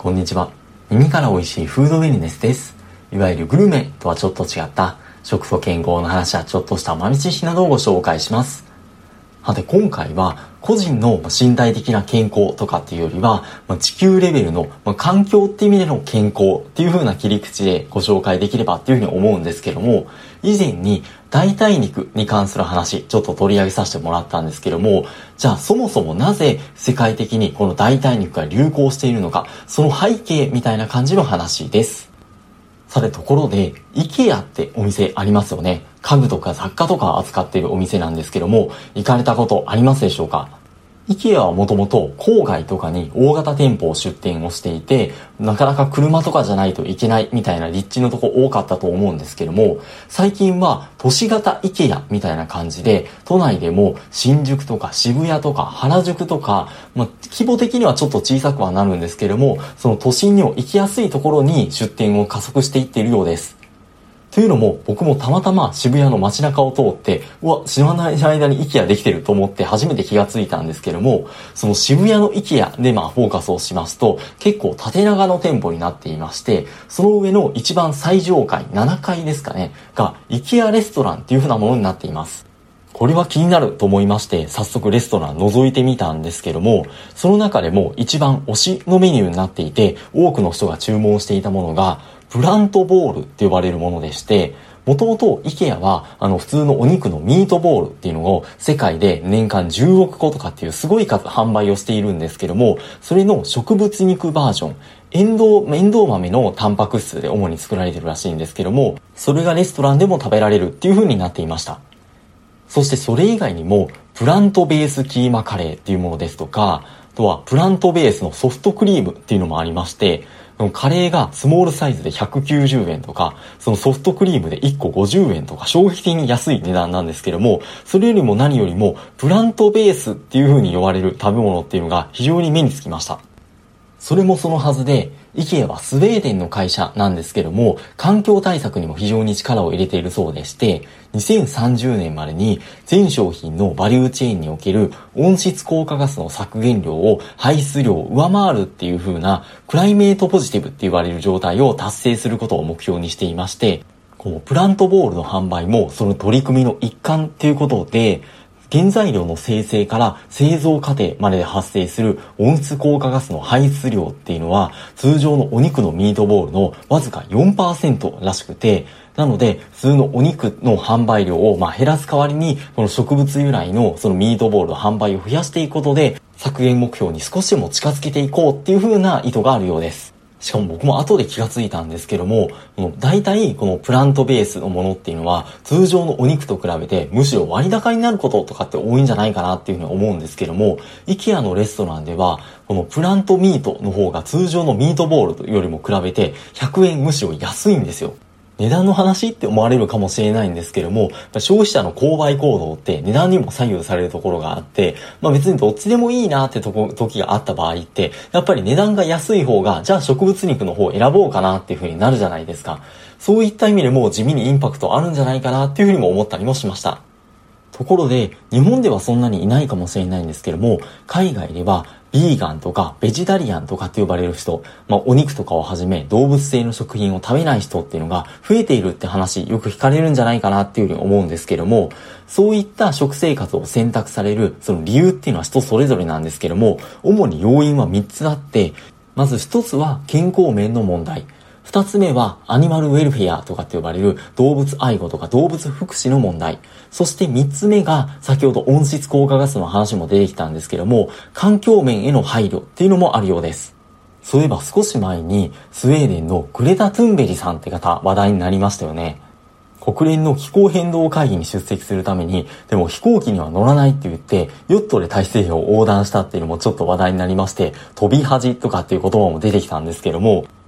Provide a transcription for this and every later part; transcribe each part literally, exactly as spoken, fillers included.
こんにちは。耳から美味しいフードウェルネスです。いわゆるグルメとはちょっと違った食と健康の話やちょっとした豆知識などをご紹介します。さて今回は個人の身体的な健康とかっていうよりは地球レベルの環境っていう意味での健康っていう風な切り口でご紹介できればっていうふうに思うんですけども、以前に代替肉に関する話ちょっと取り上げさせてもらったんですけども、じゃあそもそもなぜ世界的にこの代替肉が流行しているのか、その背景みたいな感じの話です。さてところで IKEA ってお店ありますよね。家具とか雑貨とか扱っているお店なんですけども、行かれたことありますでしょうか。IKEA はもともと郊外とかに大型店舗を出店をしていて、なかなか車とかじゃないといけないみたいな立地のとこ多かったと思うんですけども、最近は都市型 IKEA みたいな感じで、都内でも新宿とか渋谷とか原宿とか、まあ、規模的にはちょっと小さくはなるんですけども、その都心にも行きやすいところに出店を加速していっているようです。というのも僕もたまたま渋谷の街中を通って、うわ、知らない間に IKEA できてると思って初めて気がついたんですけども、その渋谷の IKEA でまあフォーカスをしますと、結構縦長の店舗になっていまして、その上の一番最上階ななかいですかね、が IKEA レストランっていう風なものになっています。これは気になると思いまして、早速レストラン覗いてみたんですけども、その中でも一番推しのメニューになっていて、多くの人が注文していたものが、プラントボールって呼ばれるものでして、もともと IKEA はあの普通のお肉のミートボールっていうのを世界で年間じゅうおくことかっていうすごい数販売をしているんですけども、それの植物肉バージョン、エンドウ、エンドウ豆のタンパク質で主に作られているらしいんですけども、それがレストランでも食べられるっていう風になっていました。そしてそれ以外にもプラントベースキーマカレーっていうものですとか、あとはプラントベースのソフトクリームっていうのもありまして、カレーがスモールサイズでひゃくきゅうじゅうえんとか、そのソフトクリームでいっこごじゅうえんとか衝撃的に安い値段なんですけども、それよりも何よりもプラントベースっていう風に呼ばれる食べ物っていうのが非常に目につきました。それもそのはずで、IKEA はスウェーデンの会社なんですけども、環境対策にも非常に力を入れているそうでして、にせんさんじゅうねんまでに全商品のバリューチェーンにおける温室効果ガスの削減量を排出量を上回るっていう風なクライメートポジティブって言われる状態を達成することを目標にしていまして、このプラントボールの販売もその取り組みの一環っていうことで、原材料の生成から製造過程までで発生する温室効果ガスの排出量っていうのは通常のお肉のミートボールのわずか よんパーセント らしくて、なので普通のお肉の販売量をまあ減らす代わりにこの植物由来のそのミートボールの販売を増やしていくことで削減目標に少しでも近づけていこうっていう風な意図があるようです。しかも僕も後で気がついたんですけども、大体このプラントベースのものっていうのは通常のお肉と比べてむしろ割高になることとかって多いんじゃないかなっていうふうに思うんですけども、IKEA のレストランではこのプラントミートの方が通常のミートボールよりも比べてひゃくえんむしろ安いんですよ。値段の話って思われるかもしれないんですけども、消費者の購買行動って値段にも左右されるところがあって、まあ別にどっちでもいいなってとこ時があった場合って、やっぱり値段が安い方が、じゃあ植物肉の方を選ぼうかなっていう風になるじゃないですか。そういった意味でも地味にインパクトあるんじゃないかなっていう風にも思ったりもしました。ところで、日本ではそんなにいないかもしれないんですけども、海外ではビーガンとかベジタリアンとかって呼ばれる人、まあお肉とかをはじめ動物性の食品を食べない人っていうのが増えているって話よく聞かれるんじゃないかなっていうふうに思うんですけども、そういった食生活を選択されるその理由っていうのは人それぞれなんですけども、主に要因はみっつあって、まずひとつは健康面の問題。二つ目はアニマルウェルフェアとかって呼ばれる動物愛護とか動物福祉の問題。そして三つ目が先ほど温室効果ガスの話も出てきたんですけども、環境面への配慮っていうのもあるようです。そういえば少し前にスウェーデンのグレタ・トゥンベリさんって方話題になりましたよね。国連の気候変動会議に出席するために、でも飛行機には乗らないって言って、ヨットで大西洋を横断したっていうのもちょっと話題になりまして、飛び恥とかっていう言葉も出てきたんですけども、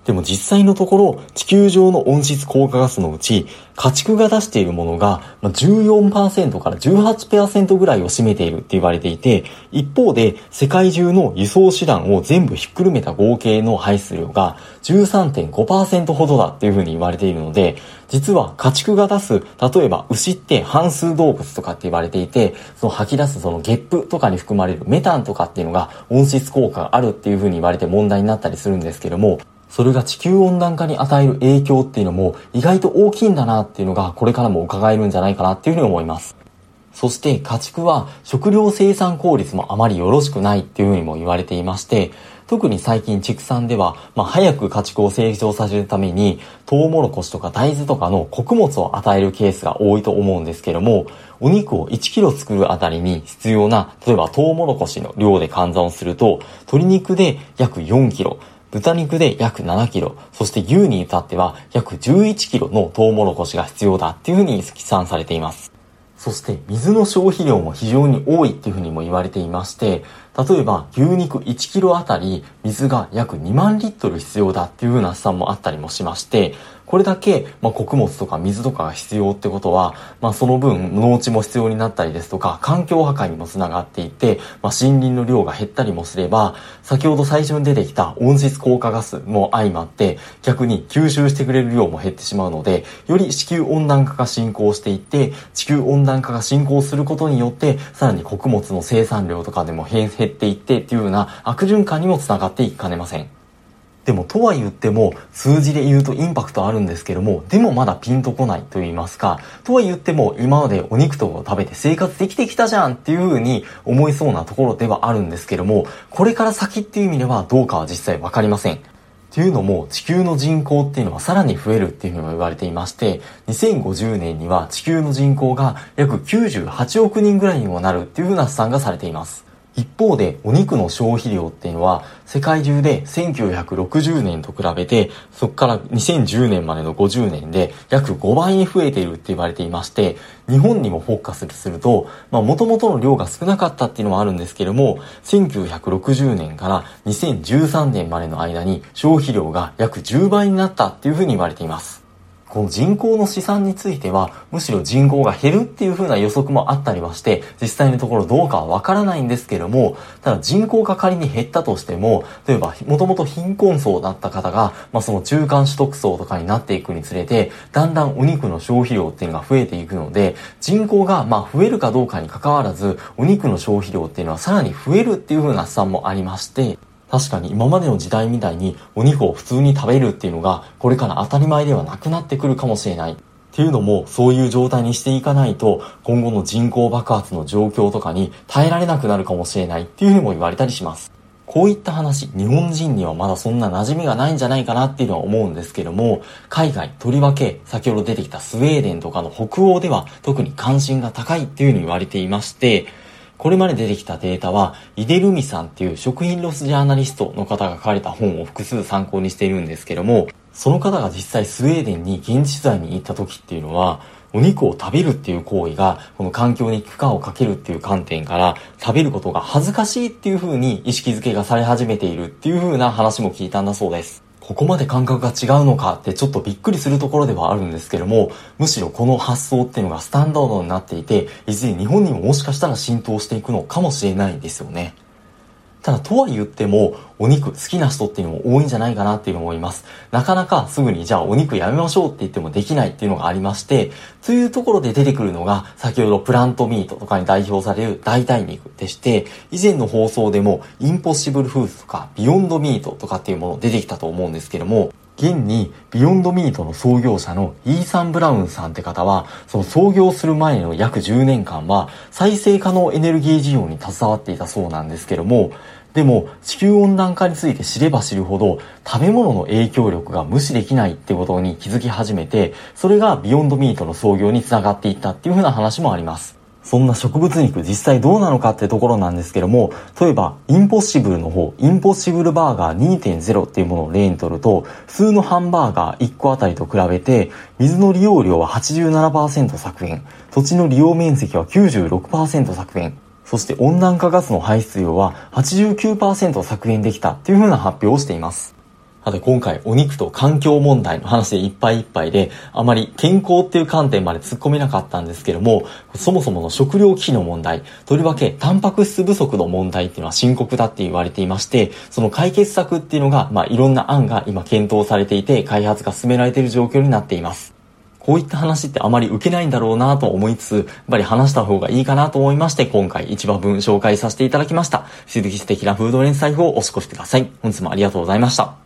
でも実際のところ地球上の温室効果ガスのうち家畜が出しているものが じゅうよんパーセント から じゅうはちパーセント ぐらいを占めているって言われていて、一方で世界中の輸送手段を全部ひっくるめた合計の排出量が じゅうさんてんごパーセント ほどだっていうふうに言われているので、実は家畜が出す、例えば牛って半数動物とかって言われていて、その吐き出すそのゲップとかに含まれるメタンとかっていうのが温室効果があるっていうふうに言われて問題になったりするんですけども、それが地球温暖化に与える影響っていうのも意外と大きいんだなっていうのがこれからも伺えるんじゃないかなっていうふうに思います。そして家畜は食料生産効率もあまりよろしくないっていうふうにも言われていまして、特に最近畜産では、まあ、早く家畜を成長させるためにトウモロコシとか大豆とかの穀物を与えるケースが多いと思うんですけども、お肉をいちキロ作るあたりに必要な、例えばトウモロコシの量で換算をすると、鶏肉で約よんキロ、豚肉で約ななキロ、そして牛に至っては約じゅういちキロのトウモロコシが必要だっていうふうに計算されています。そして水の消費量も非常に多いっていうふうにも言われていまして、例えば牛肉いちキロあたり水が約にまんリットル必要だっていうふうな試算もあったりもしまして、これだけ、まあ、穀物とか水とかが必要ってことは、まあ、その分農地も必要になったりですとか、環境破壊にもつながっていて、まあ、森林の量が減ったりもすれば、先ほど最初に出てきた温室効果ガスも相まって逆に吸収してくれる量も減ってしまうので、より地球温暖化が進行していって、地球温暖化が進行することによってさらに穀物の生産量とかでも減っていってっていうような悪循環にもつながっていきかねません。でもとは言っても数字で言うとインパクトあるんですけども、でもまだピンとこないと言いますか、とは言っても今までお肉とかを食べて生活できてきたじゃんっていう風に思いそうなところではあるんですけども、これから先っていう意味ではどうかは実際わかりません。っていうのも地球の人口っていうのはさらに増えるっていうふうにも言われていまして、にせんごじゅうねんには地球の人口が約きゅうじゅうはちおくにんぐらいにもなるっていうふうな試算がされています。一方でお肉の消費量っていうのは世界中でせんきゅうひゃくろくじゅうねんと比べて、そこからにせんじゅうねんまでのごじゅうねんで約ごばいに増えているって言われていまして、日本にもフォーカスすると、まあ元々の量が少なかったっていうのはあるんですけども、せんきゅうひゃくろくじゅうねんからにせんじゅうさんねんまでの間に消費量が約じゅうばいになったっていうふうに言われています。この人口の試算についてはむしろ人口が減るっていう風な予測もあったりはして、実際のところどうかはわからないんですけども、ただ人口が仮に減ったとしても、例えばもともと貧困層だった方が、まあ、その中間所得層とかになっていくにつれて、だんだんお肉の消費量っていうのが増えていくので、人口がまあ増えるかどうかに関わらずお肉の消費量っていうのはさらに増えるっていう風な試算もありまして、確かに今までの時代みたいにお肉を普通に食べるっていうのがこれから当たり前ではなくなってくるかもしれないっていうのも、そういう状態にしていかないと今後の人口爆発の状況とかに耐えられなくなるかもしれないっていうふうにも言われたりします。こういった話、日本人にはまだそんな馴染みがないんじゃないかなっていうのは思うんですけども、海外、とりわけ先ほど出てきたスウェーデンとかの北欧では特に関心が高いっていうふうに言われていまして、これまで出てきたデータはイデルミさんっていう食品ロスジャーナリストの方が書かれた本を複数参考にしているんですけども、その方が実際スウェーデンに現地取材に行った時っていうのは、お肉を食べるっていう行為がこの環境に負荷をかけるっていう観点から食べることが恥ずかしいっていう風に意識づけがされ始めているっていう風な話も聞いたんだそうです。ここまで感覚が違うのかってちょっとびっくりするところではあるんですけども、むしろこの発想っていうのがスタンダードになっていて、いずれ日本にももしかしたら浸透していくのかもしれないですよね。ただとは言ってもお肉好きな人っていうのも多いんじゃないかなっていうのを思います。なかなかすぐにじゃあお肉やめましょうって言ってもできないっていうのがありまして、というところで出てくるのが先ほどプラントミートとかに代表される代替肉でして、以前の放送でもインポッシブルフーズとかビヨンドミートとかっていうもの出てきたと思うんですけども、現にビヨンドミートの創業者のイーサン・ブラウンさんって方は、その創業する前の約じゅうねんかんは再生可能エネルギー事業に携わっていたそうなんですけども、でも地球温暖化について知れば知るほど食べ物の影響力が無視できないってことに気づき始めて、それがビヨンドミートの創業につながっていったっていう風な話もあります。そんな植物肉実際どうなのかってところなんですけども、例えばインポッシブルの方、インポッシブルバーガー にてんゼロ っていうものを例にとると、普通のハンバーガーいっこあたりと比べて水の利用量は はちじゅうななパーセント 削減、土地の利用面積は きゅうじゅうろくパーセント 削減、そして温暖化ガスの排出量は はちじゅうきゅうパーセント 削減できたっていう風な発表をしています。 さて今回お肉と環境問題の話でいっぱいいっぱいで、あまり健康っていう観点まで突っ込めなかったんですけども、そもそもの食糧危機の問題、とりわけタンパク質不足の問題っていうのは深刻だって言われていまして、その解決策っていうのが、まあいろんな案が今検討されていて、開発が進められている状況になっています。こういった話ってあまり受けないんだろうなと思いつつ、やっぱり話した方がいいかなと思いまして、今回一話分紹介させていただきました。引き続き素敵なフード連載をお過ごしください。本日もありがとうございました。